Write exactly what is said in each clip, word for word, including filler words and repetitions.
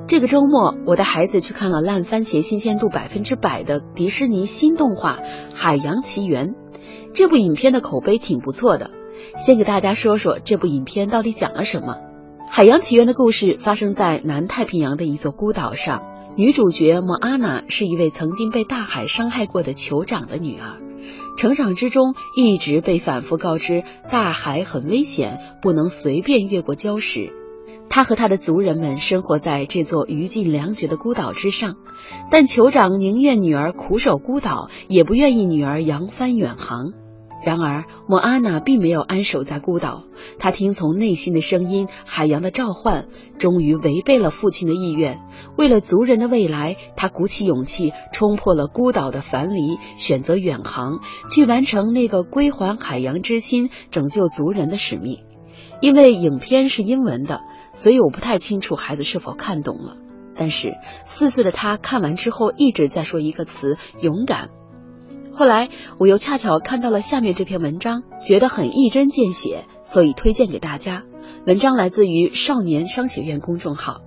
这个周末，我带孩子去看了烂番茄新鲜度百分之百的迪士尼新动画《海洋奇缘》。这部影片的口碑挺不错的。先给大家说说这部影片到底讲了什么。《海洋奇缘》的故事发生在南太平洋的一座孤岛上，女主角莫阿娜是一位曾经被大海伤害过的酋长的女儿。成长之中一直被反复告知大海很危险，不能随便越过礁石。他和他的族人们生活在这座余尽良绝的孤岛之上，但酋长宁愿女儿苦守孤岛，也不愿意女儿扬帆远航。然而莫阿娜并没有安守在孤岛，她听从内心的声音，海洋的召唤，终于违背了父亲的意愿。为了族人的未来，她鼓起勇气冲破了孤岛的樊篱，选择远航，去完成那个归还海洋之心、拯救族人的使命。因为影片是英文的，所以我不太清楚孩子是否看懂了。但是四岁的他看完之后一直在说一个词：勇敢。后来我又恰巧看到了下面这篇文章，觉得很一针见血，所以推荐给大家。文章来自于少年商学院公众号。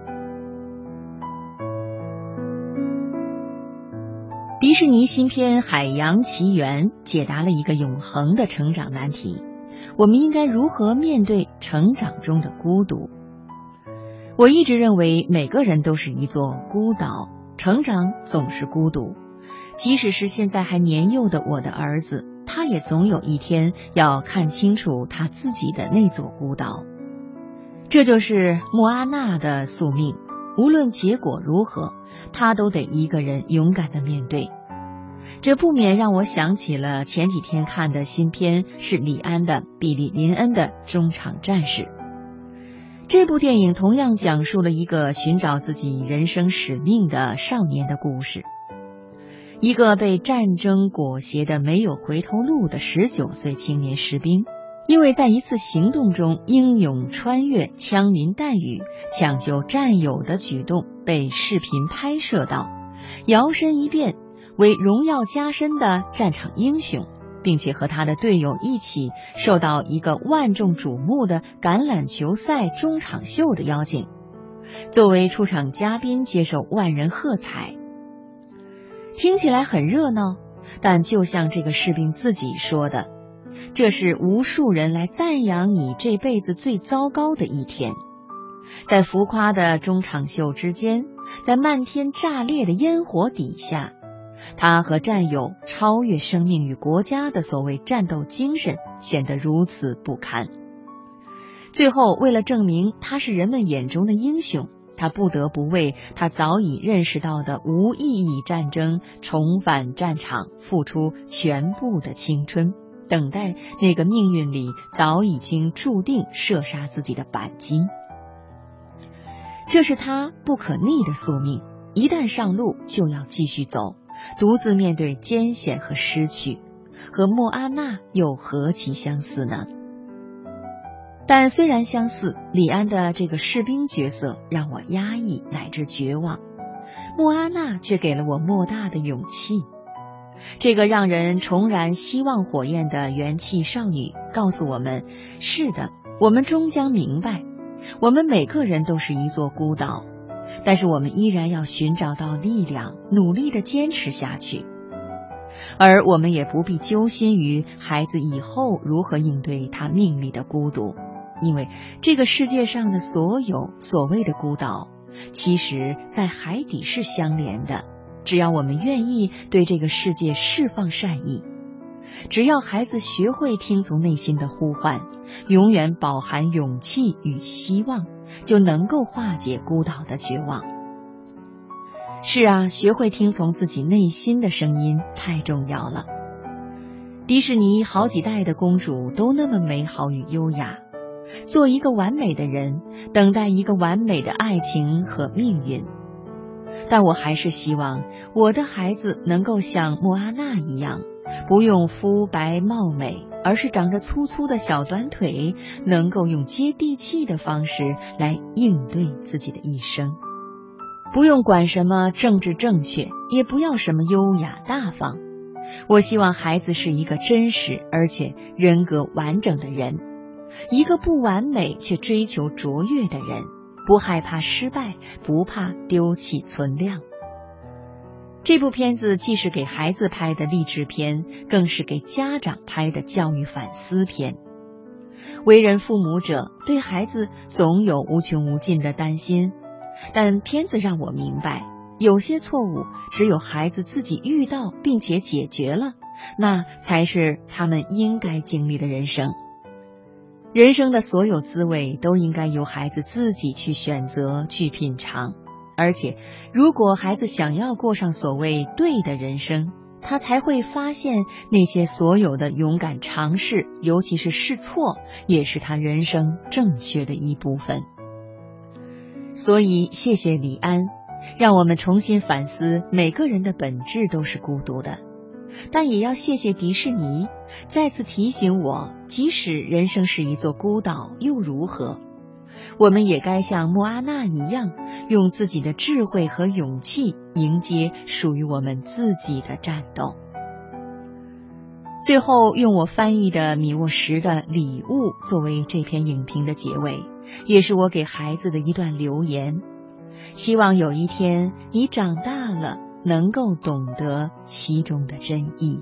迪士尼新片《海洋奇缘》解答了一个永恒的成长难题：我们应该如何面对成长中的孤独？我一直认为每个人都是一座孤岛，成长总是孤独。即使是现在还年幼的我的儿子，他也总有一天要看清楚他自己的那座孤岛。这就是莫阿娜的宿命，无论结果如何，他都得一个人勇敢地面对。这不免让我想起了前几天看的新片，是李安的《比利·林恩的中场战士》。这部电影同样讲述了一个寻找自己人生使命的少年的故事。一个被战争裹挟的没有回头路的十九岁青年士兵，因为在一次行动中英勇穿越枪林弹雨，抢救战友的举动被视频拍摄到，摇身一变为荣耀加身的战场英雄，并且和他的队友一起受到一个万众瞩目的橄榄球赛中场秀的邀请，作为出场嘉宾接受万人喝彩。听起来很热闹，但就像这个士兵自己说的，这是无数人来赞扬你这辈子最糟糕的一天。在浮夸的中场秀之间，在漫天炸裂的烟火底下，他和战友超越生命与国家的所谓战斗精神显得如此不堪。最后，为了证明他是人们眼中的英雄，他不得不为他早已认识到的无意义战争重返战场，付出全部的青春，等待那个命运里早已经注定射杀自己的扳机。这是他不可逆的宿命，一旦上路就要继续走，独自面对艰险和失去，和莫阿娜又何其相似呢？但虽然相似，李安的这个士兵角色让我压抑乃至绝望，莫阿娜却给了我莫大的勇气。这个让人重燃希望火焰的元气少女告诉我们，是的，我们终将明白，我们每个人都是一座孤岛，但是我们依然要寻找到力量，努力地坚持下去。而我们也不必揪心于孩子以后如何应对他命里的孤独，因为这个世界上的所有所谓的孤岛，其实在海底是相连的。只要我们愿意对这个世界释放善意，只要孩子学会听从内心的呼唤，永远饱含勇气与希望，就能够化解孤岛的绝望。是啊，学会听从自己内心的声音太重要了。迪士尼好几代的公主都那么美好与优雅，做一个完美的人，等待一个完美的爱情和命运。但我还是希望我的孩子能够像莫阿娜一样，不用肤白貌美，而是长着粗粗的小短腿，能够用接地气的方式来应对自己的一生。不用管什么政治正确，也不要什么优雅大方。我希望孩子是一个真实而且人格完整的人，一个不完美却追求卓越的人， 不害怕失败，不怕丢弃存量。这部片子既是给孩子拍的励志片，更是给家长拍的教育反思片。为人父母者对孩子总有无穷无尽的担心，但片子让我明白，有些错误只有孩子自己遇到并且解决了，那才是他们应该经历的人生。人生的所有滋味都应该由孩子自己去选择，去品尝。而且如果孩子想要过上所谓对的人生，他才会发现那些所有的勇敢尝试，尤其是试错，也是他人生正确的一部分。所以谢谢李安，让我们重新反思，每个人的本质都是孤独的。但也要谢谢迪士尼，再次提醒我，即使人生是一座孤岛又如何，我们也该像莫阿娜一样，用自己的智慧和勇气迎接属于我们自己的战斗。最后用我翻译的米沃什的《礼物》作为这篇影评的结尾，也是我给孩子的一段留言。希望有一天你长大了，能够懂得其中的真意。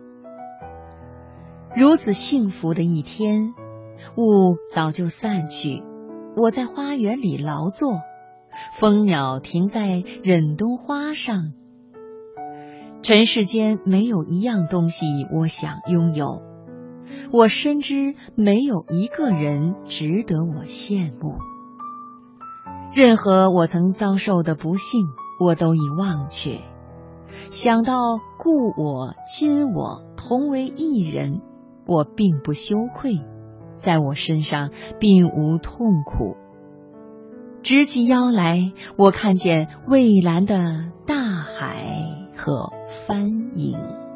如此幸福的一天，雾早就散去，我在花园里劳作，蜂鸟停在忍冬花上。尘世间没有一样东西我想拥有，我深知没有一个人值得我羡慕。任何我曾遭受的不幸，我都已忘却。想到故我、亲我同为一人，我并不羞愧，在我身上并无痛苦。直起腰来，我看见蔚蓝的大海和帆影。